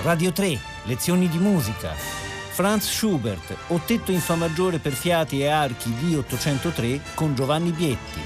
Radio 3, lezioni di musica. Franz Schubert, ottetto in fa maggiore per fiati e archi D803 con Giovanni Bietti.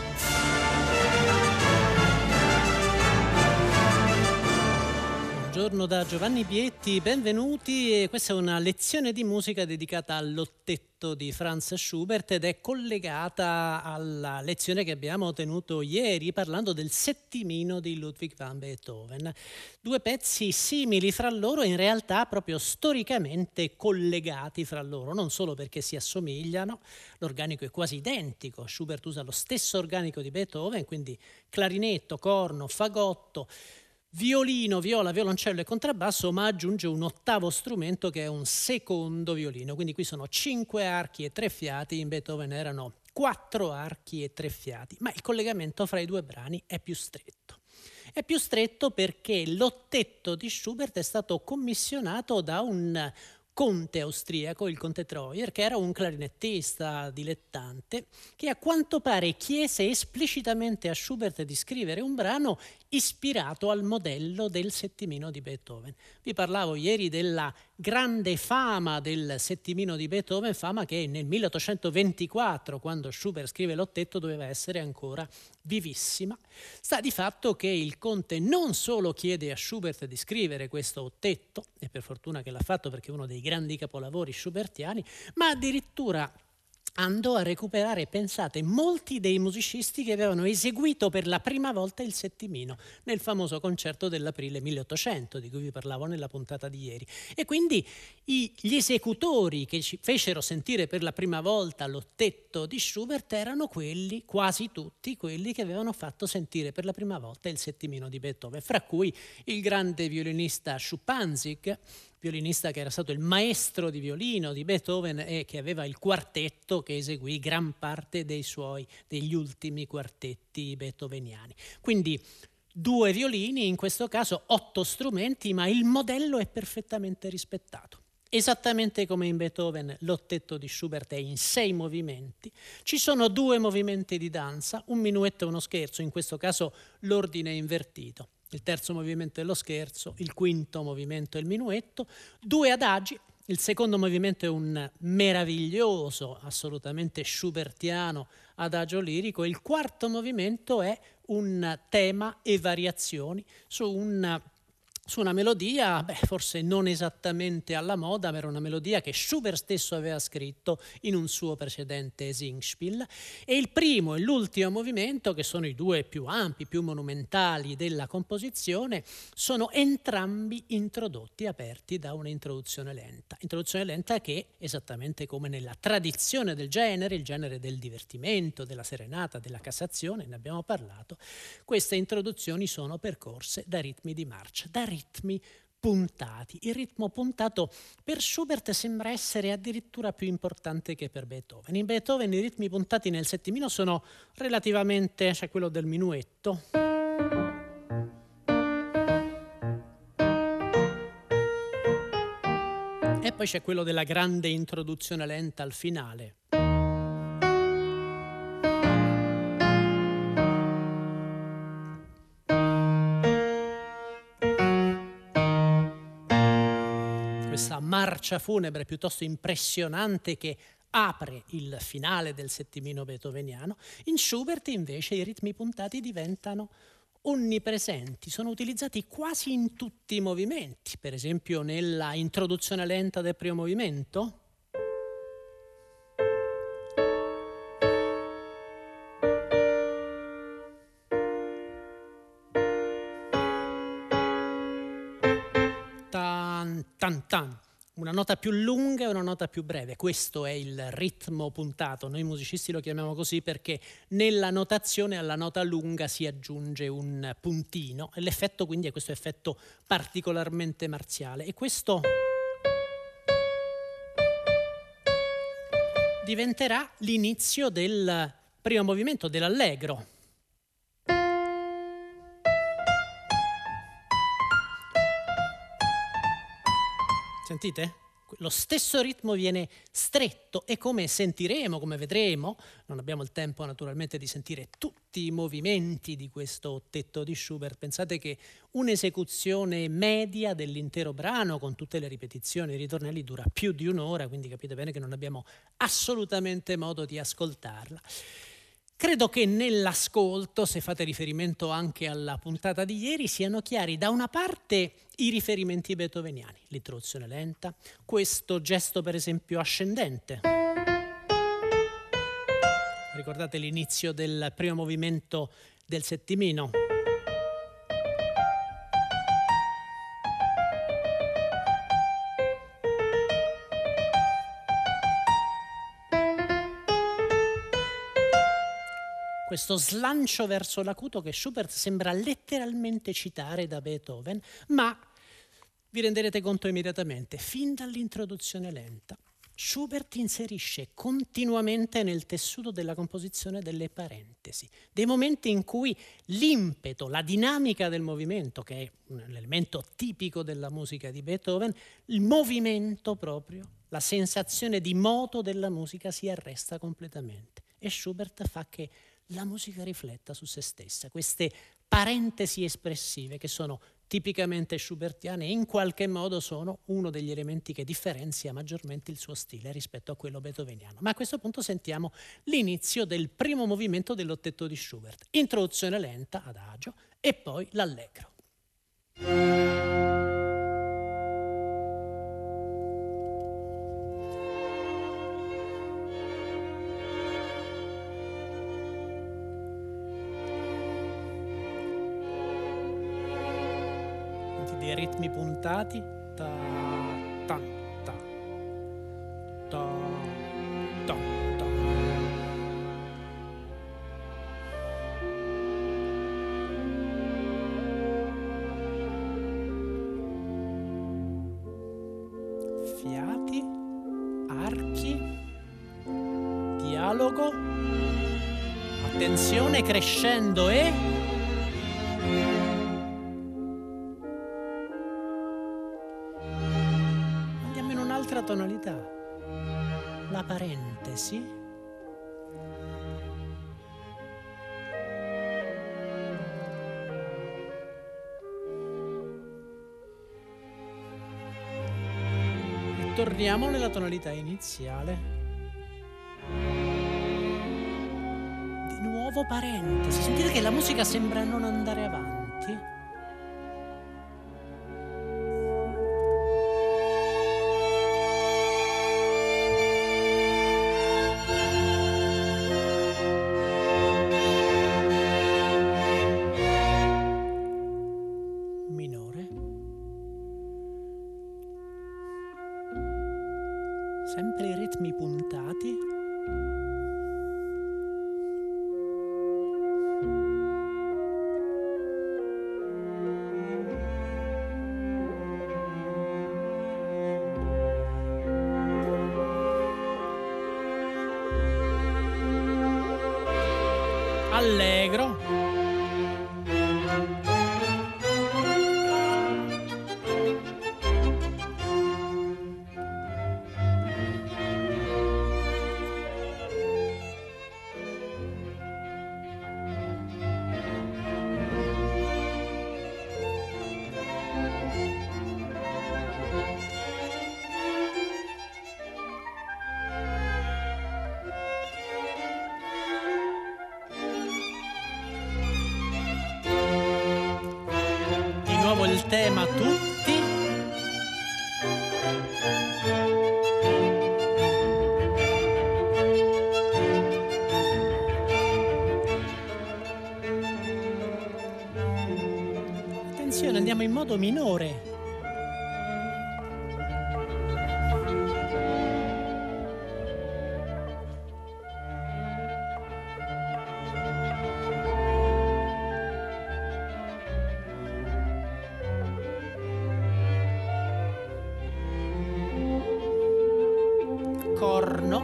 Buongiorno da Giovanni Bietti, benvenuti. Questa è una lezione di musica dedicata all'ottetto di Franz Schubert ed è collegata alla lezione che abbiamo tenuto ieri parlando del settimino di Ludwig van Beethoven. Due pezzi simili fra loro, in realtà proprio storicamente collegati fra loro, non solo perché si assomigliano, l'organico è quasi identico, Schubert usa lo stesso organico di Beethoven, quindi clarinetto, corno, fagotto, violino, viola, violoncello e contrabbasso, ma aggiunge un ottavo strumento che è un secondo violino. Quindi qui sono 5 archi e 3 fiati, in Beethoven erano 4 archi e 3 fiati, ma il collegamento fra i due brani è più stretto. È più stretto perché l'ottetto di Schubert è stato commissionato da un conte austriaco, il conte Treuer, che era un clarinettista dilettante, che a quanto pare chiese esplicitamente a Schubert di scrivere un brano ispirato al modello del settimino di Beethoven. Vi parlavo ieri della grande fama del settimino di Beethoven, fama che nel 1824, quando Schubert scrive l'ottetto, doveva essere ancora vivissima. Sta di fatto che il conte non solo chiede a Schubert di scrivere questo ottetto, e per fortuna che l'ha fatto perché è uno dei grandi capolavori schubertiani, ma addirittura andò a recuperare, pensate, molti dei musicisti che avevano eseguito per la prima volta il settimino nel famoso concerto dell'aprile 1800 di cui vi parlavo nella puntata di ieri. E quindi gli esecutori che ci fecero sentire per la prima volta l'ottetto di Schubert erano quelli, quasi tutti quelli che avevano fatto sentire per la prima volta il settimino di Beethoven, fra cui il grande violinista Schuppanzig, violinista che era stato il maestro di violino di Beethoven e che aveva il quartetto che eseguì gran parte degli ultimi quartetti beethoveniani. Quindi 2 violini, in questo caso 8 strumenti, ma il modello è perfettamente rispettato. Esattamente come in Beethoven, l'ottetto di Schubert è in 6 movimenti. Ci sono 2 movimenti di danza, un minuetto e uno scherzo, in questo caso l'ordine è invertito. Il terzo movimento è lo scherzo, il quinto movimento è il minuetto, 2 adagi, il secondo movimento è un meraviglioso, assolutamente schubertiano adagio lirico, il quarto movimento è un tema e variazioni su una melodia, forse non esattamente alla moda, ma era una melodia che Schubert stesso aveva scritto in un suo precedente Singspiel. E il primo e l'ultimo movimento, che sono i 2 più ampi, più monumentali della composizione, sono entrambi introdotti, aperti da un'introduzione lenta. Introduzione lenta che, esattamente come nella tradizione del genere, il genere del divertimento, della serenata, della Cassazione, ne abbiamo parlato, queste introduzioni sono percorse da ritmi di marcia, da ritmi puntati. Il ritmo puntato per Schubert sembra essere addirittura più importante che per Beethoven. In Beethoven i ritmi puntati nel settimino sono relativamente, c'è quello del minuetto, e poi c'è quello della grande introduzione lenta al finale. Questa marcia funebre piuttosto impressionante che apre il finale del settimino beethoveniano. In Schubert invece i ritmi puntati diventano onnipresenti, sono utilizzati quasi in tutti i movimenti, per esempio nella introduzione lenta del primo movimento. Tan, tan, tan. Una nota più lunga e una nota più breve. Questo è il ritmo puntato. Noi musicisti lo chiamiamo così perché nella notazione alla nota lunga si aggiunge un puntino e l'effetto quindi è questo effetto particolarmente marziale. E questo diventerà l'inizio del primo movimento, dell'allegro. Sentite? Lo stesso ritmo viene stretto e, come sentiremo, come vedremo, non abbiamo il tempo naturalmente di sentire tutti i movimenti di questo ottetto di Schubert. Pensate che un'esecuzione media dell'intero brano, con tutte le ripetizioni e i ritornelli, dura più di un'ora, quindi capite bene che non abbiamo assolutamente modo di ascoltarla. Credo che nell'ascolto, se fate riferimento anche alla puntata di ieri, siano chiari da una parte i riferimenti beethoveniani, l'introduzione lenta, questo gesto per esempio ascendente. Ricordate l'inizio del primo movimento del settimino? Questo slancio verso l'acuto che Schubert sembra letteralmente citare da Beethoven, ma vi renderete conto immediatamente, fin dall'introduzione lenta, Schubert inserisce continuamente nel tessuto della composizione delle parentesi, dei momenti in cui l'impeto, la dinamica del movimento, che è un elemento tipico della musica di Beethoven, il movimento proprio, la sensazione di moto della musica si arresta completamente. E Schubert fa che la musica rifletta su se stessa, queste parentesi espressive che sono tipicamente schubertiane e in qualche modo sono uno degli elementi che differenzia maggiormente il suo stile rispetto a quello beethoveniano. Ma a questo punto sentiamo l'inizio del primo movimento dell'ottetto di Schubert, introduzione lenta, adagio, e poi l'allegro. Dei ritmi puntati, ta ta ta ta ta ta. Fiati, archi, dialogo, attenzione, crescendo e tonalità, la parentesi, e torniamo nella tonalità iniziale, di nuovo parentesi. Sentite che la musica sembra non andare avanti. Sempre i ritmi puntati. Allegro. Il tema tutti. Attenzione, andiamo in modo minore. Corno.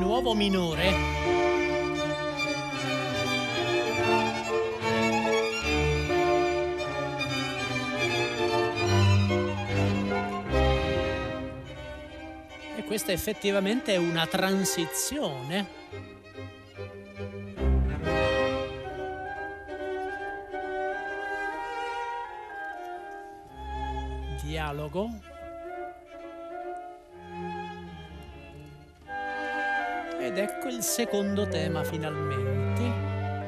nuovo minore. E questa effettivamente è una transizione. Dialogo. Ed ecco il secondo tema finalmente.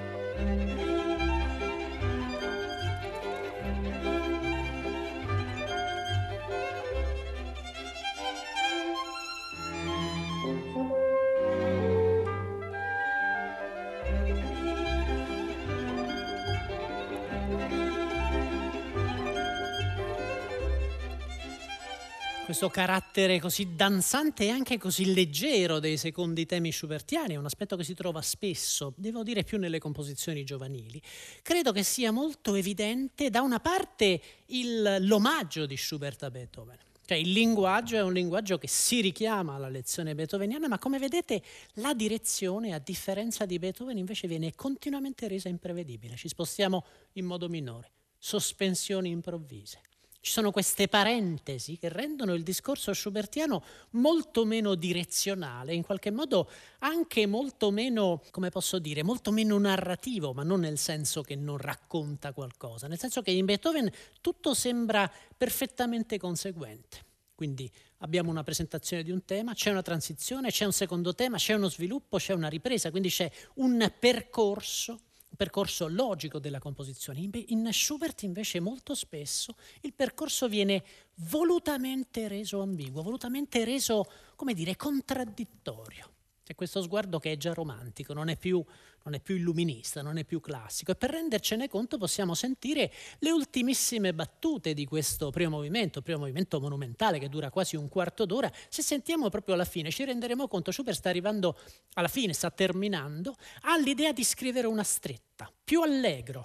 Questo carattere così danzante e anche così leggero dei secondi temi schubertiani è un aspetto che si trova spesso, devo dire più nelle composizioni giovanili. Credo che sia molto evidente da una parte l'omaggio di Schubert a Beethoven. Cioè il linguaggio è un linguaggio che si richiama alla lezione beethoveniana, ma come vedete la direzione, a differenza di Beethoven, invece viene continuamente resa imprevedibile. Ci spostiamo in modo minore, sospensioni improvvise. Ci sono queste parentesi che rendono il discorso schubertiano molto meno direzionale, in qualche modo anche molto meno, come posso dire, molto meno narrativo, ma non nel senso che non racconta qualcosa, nel senso che in Beethoven tutto sembra perfettamente conseguente. Quindi abbiamo una presentazione di un tema, c'è una transizione, c'è un secondo tema, c'è uno sviluppo, c'è una ripresa, quindi c'è un percorso logico della composizione. In Schubert invece molto spesso il percorso viene volutamente reso ambiguo, volutamente reso, come dire, contraddittorio. C'è questo sguardo che è già romantico, non è più illuminista, non è più classico. E per rendercene conto possiamo sentire le ultimissime battute di questo primo movimento monumentale che dura quasi un quarto d'ora. Se sentiamo proprio alla fine ci renderemo conto che Schubert sta arrivando alla fine, sta terminando, ha l'idea di scrivere una stretta, più allegro.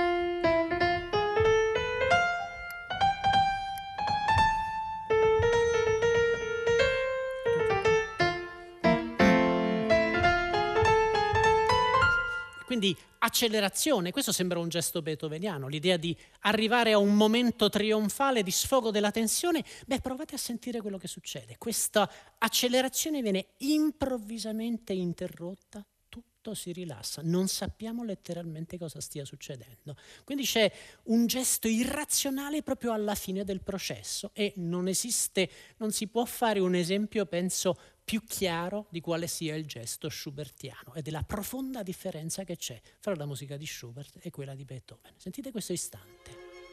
Quindi accelerazione, questo sembra un gesto beethoveniano, l'idea di arrivare a un momento trionfale di sfogo della tensione. Provate a sentire quello che succede. Questa accelerazione viene improvvisamente interrotta, tutto si rilassa, non sappiamo letteralmente cosa stia succedendo. Quindi c'è un gesto irrazionale proprio alla fine del processo e non si può fare un esempio, penso, più chiaro di quale sia il gesto schubertiano e della profonda differenza che c'è fra la musica di Schubert e quella di Beethoven. Sentite questo istante.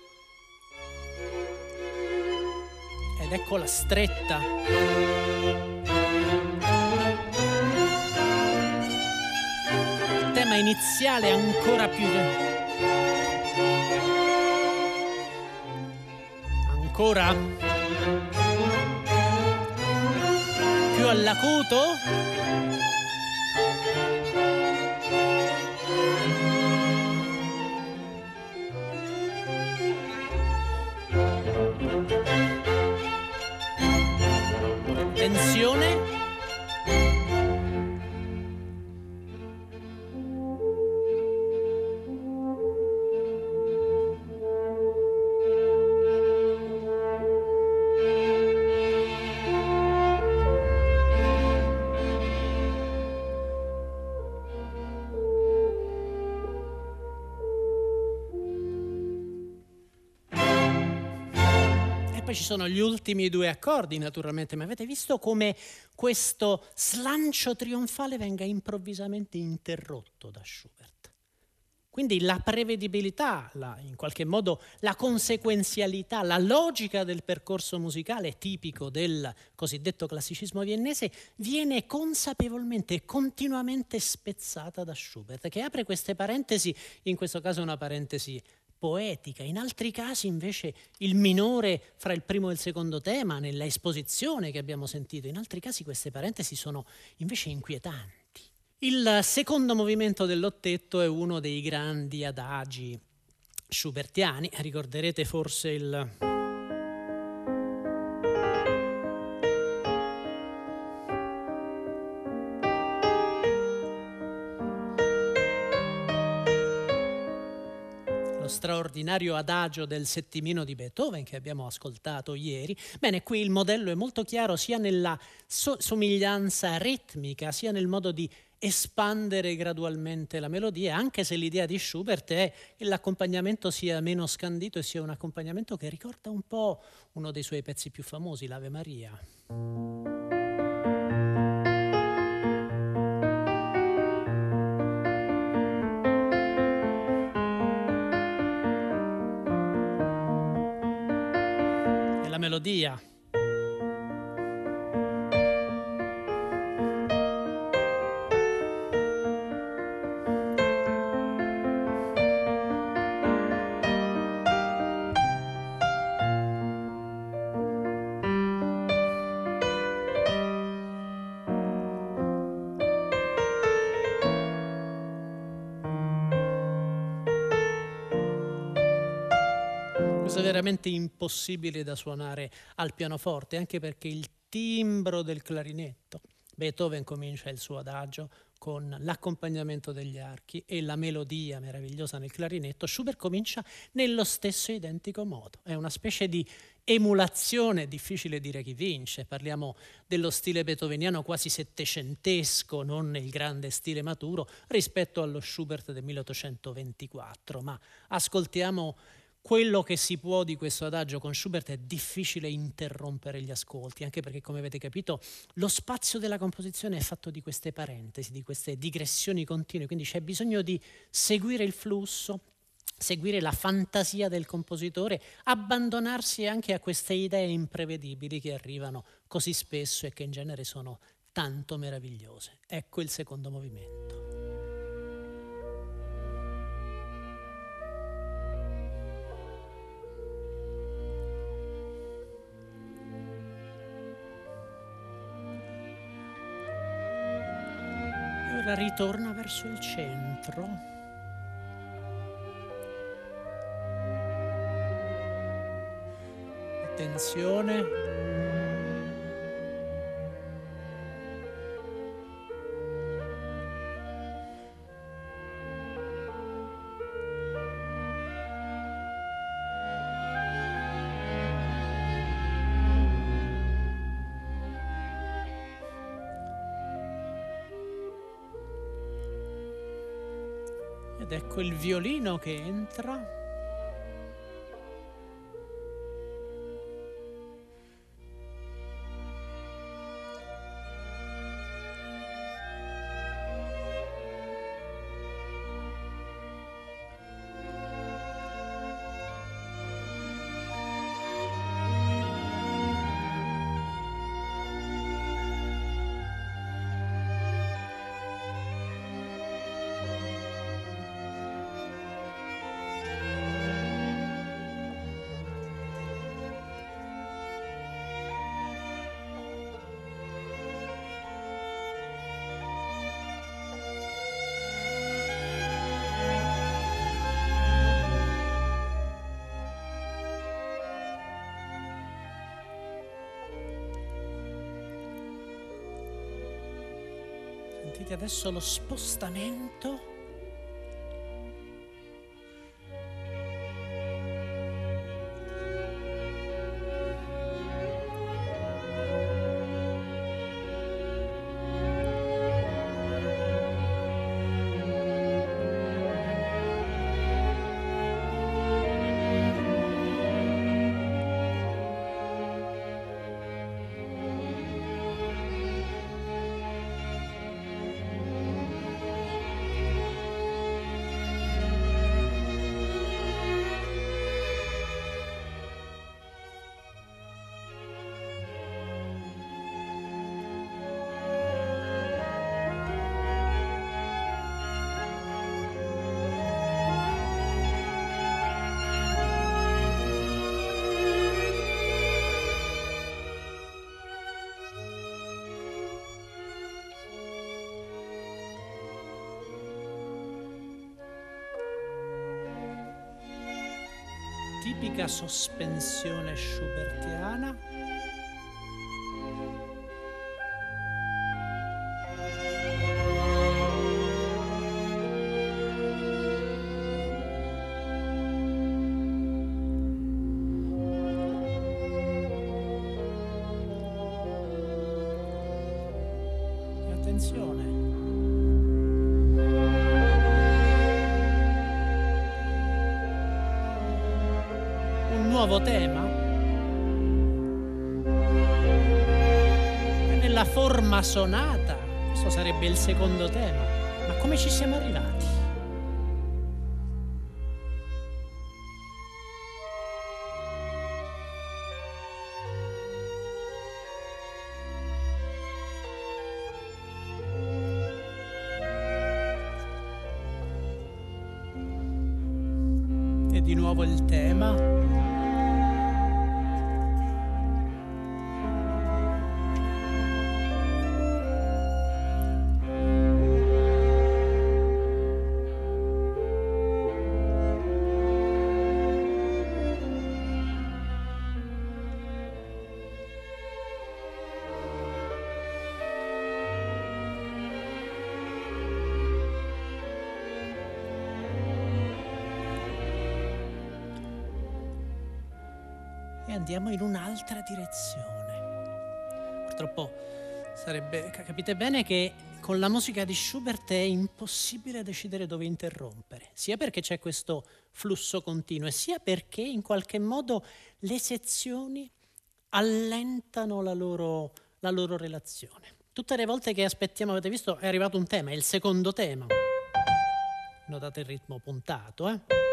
Ed ecco la stretta. Il tema iniziale ancora più... Ancora... più all'acuto. Tensione. Poi ci sono gli ultimi due accordi, naturalmente, ma avete visto come questo slancio trionfale venga improvvisamente interrotto da Schubert. Quindi la prevedibilità, in qualche modo la conseguenzialità, la logica del percorso musicale tipico del cosiddetto classicismo viennese viene consapevolmente e continuamente spezzata da Schubert, che apre queste parentesi, in questo caso una parentesi poetica, in altri casi invece il minore fra il primo e il secondo tema, nella esposizione che abbiamo sentito, in altri casi queste parentesi sono invece inquietanti. Il secondo movimento dell'ottetto è uno dei grandi adagi schubertiani, ricorderete forse il... straordinario adagio del settimino di Beethoven che abbiamo ascoltato ieri. Bene, qui il modello è molto chiaro sia nella somiglianza ritmica, sia nel modo di espandere gradualmente la melodia, anche se l'idea di Schubert è che l'accompagnamento sia meno scandito e sia un accompagnamento che ricorda un po' uno dei suoi pezzi più famosi, l'Ave Maria. E la melodia. Questo è veramente impossibile da suonare al pianoforte, anche perché il timbro del clarinetto. Beethoven comincia il suo adagio con l'accompagnamento degli archi e la melodia meravigliosa nel clarinetto. Schubert comincia nello stesso identico modo. È una specie di emulazione, difficile dire chi vince. Parliamo dello stile beethoveniano quasi settecentesco, non il grande stile maturo, rispetto allo Schubert del 1824. Ma ascoltiamo quello che si può di questo adagio. Con Schubert è difficile interrompere gli ascolti, anche perché, come avete capito, lo spazio della composizione è fatto di queste parentesi, di queste digressioni continue, quindi c'è bisogno di seguire il flusso, seguire la fantasia del compositore, abbandonarsi anche a queste idee imprevedibili che arrivano così spesso e che in genere sono tanto meravigliose. Ecco il secondo movimento. Ritorna verso il centro. Attenzione. Ed ecco il violino che entra. Sentite adesso lo spostamento. Tipica sospensione schubertiana. attenzione. Un nuovo tema. E nella forma sonata, questo sarebbe il secondo tema. Ma come ci siamo arrivati? E di nuovo il tema. E andiamo in un'altra direzione. Purtroppo capite bene che con la musica di Schubert è impossibile decidere dove interrompere, sia perché c'è questo flusso continuo e sia perché in qualche modo le sezioni allentano la loro relazione. Tutte le volte che aspettiamo, avete visto, è arrivato un tema, è il secondo tema. Notate il ritmo puntato,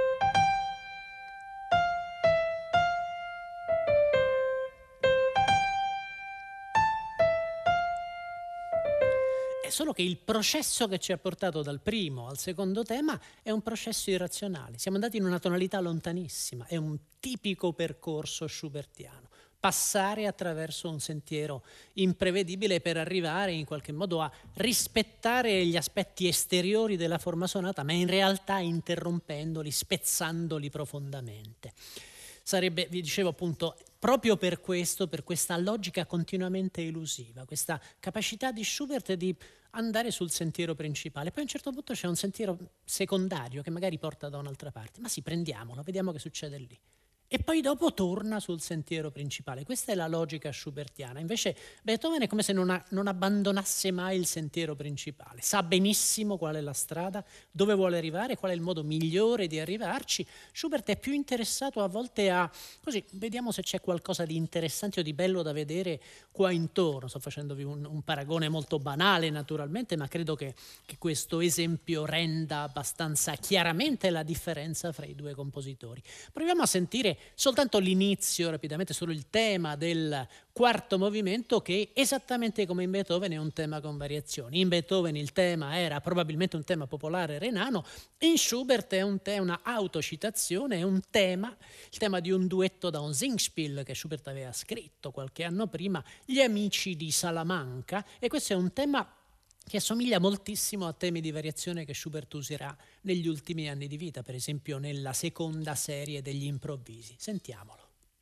È solo che il processo che ci ha portato dal primo al secondo tema è un processo irrazionale. Siamo andati in una tonalità lontanissima, è un tipico percorso schubertiano. Passare attraverso un sentiero imprevedibile per arrivare in qualche modo a rispettare gli aspetti esteriori della forma sonata, ma in realtà interrompendoli, spezzandoli profondamente. Sarebbe, vi dicevo appunto, proprio per questo, per questa logica continuamente elusiva, questa capacità di Schubert di andare sul sentiero principale. Poi a un certo punto c'è un sentiero secondario che magari porta da un'altra parte, ma sì, prendiamolo, vediamo che succede lì. E poi dopo torna sul sentiero principale. Questa è la logica schubertiana. Invece Beethoven è come se non abbandonasse mai il sentiero principale. Sa benissimo qual è la strada, dove vuole arrivare, qual è il modo migliore di arrivarci. Schubert è più interessato a volte a, così, vediamo se c'è qualcosa di interessante o di bello da vedere qua intorno. Sto facendovi un paragone molto banale naturalmente, ma credo che questo esempio renda abbastanza chiaramente la differenza fra i due compositori. Proviamo a sentire soltanto l'inizio, rapidamente, solo il tema del quarto movimento, che esattamente come in Beethoven è un tema con variazioni. In Beethoven il tema era probabilmente un tema popolare renano, in Schubert è una autocitazione, è un tema, il tema di un duetto da un Singspiel che Schubert aveva scritto qualche anno prima, Gli amici di Salamanca, e questo è un tema che assomiglia moltissimo a temi di variazione che Schubert userà negli ultimi anni di vita, per esempio nella seconda serie degli improvvisi. Sentiamolo.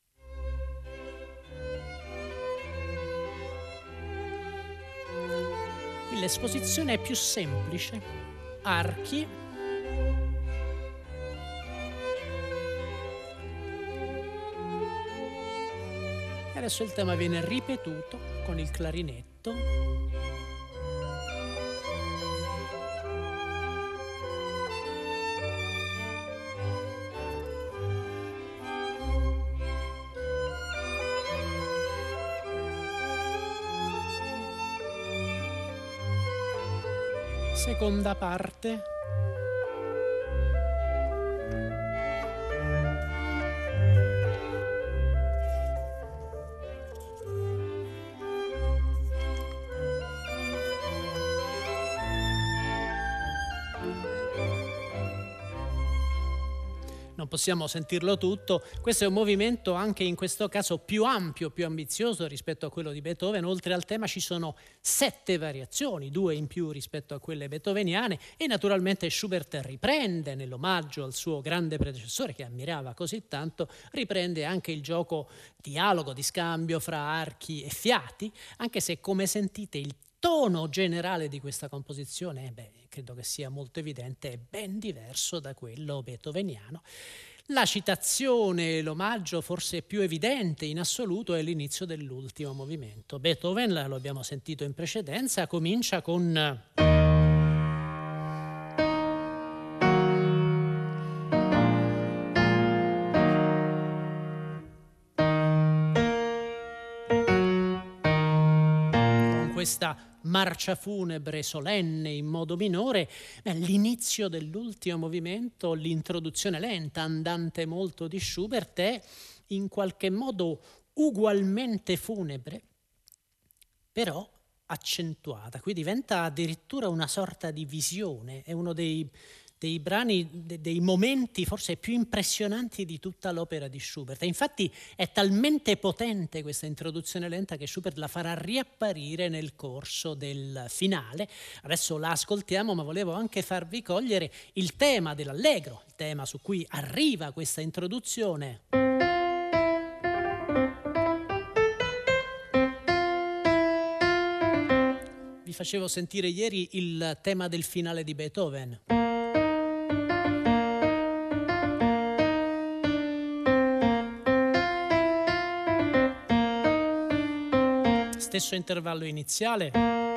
Qui l'esposizione è più semplice, archi, e adesso il tema viene ripetuto con il clarinetto. Seconda parte. Non possiamo sentirlo tutto, questo è un movimento anche in questo caso più ampio, più ambizioso rispetto a quello di Beethoven. Oltre al tema ci sono 7 variazioni, 2 in più rispetto a quelle beethoveniane, e naturalmente Schubert riprende, nell'omaggio al suo grande predecessore che ammirava così tanto, riprende anche il gioco dialogo, di scambio fra archi e fiati, anche se, come sentite, il tono generale di questa composizione, credo che sia molto evidente, è ben diverso da quello beethoveniano. La citazione, l'omaggio forse più evidente in assoluto è l'inizio dell'ultimo movimento. Beethoven, lo abbiamo sentito in precedenza, comincia con questa marcia funebre solenne in modo minore. L'inizio dell'ultimo movimento, l'introduzione lenta, andante molto di Schubert, è in qualche modo ugualmente funebre, però accentuata. Qui diventa addirittura una sorta di visione, è uno dei brani, dei momenti forse più impressionanti di tutta l'opera di Schubert. E infatti è talmente potente questa introduzione lenta che Schubert la farà riapparire nel corso del finale. Adesso la ascoltiamo, ma volevo anche farvi cogliere il tema dell'allegro, il tema su cui arriva questa introduzione. Vi facevo sentire ieri il tema del finale di Beethoven. Stesso intervallo iniziale.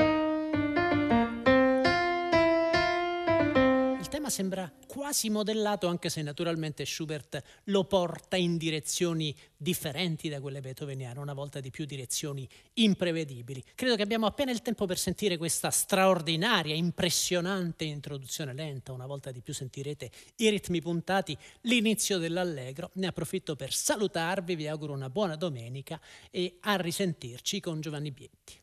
Il tema sembra quasi modellato, anche se naturalmente Schubert lo porta in direzioni differenti da quelle beethoveniane, una volta di più direzioni imprevedibili. Credo che abbiamo appena il tempo per sentire questa straordinaria, impressionante introduzione lenta. Una volta di più sentirete i ritmi puntati, l'inizio dell'allegro. Ne approfitto per salutarvi, vi auguro una buona domenica e a risentirci con Giovanni Bietti.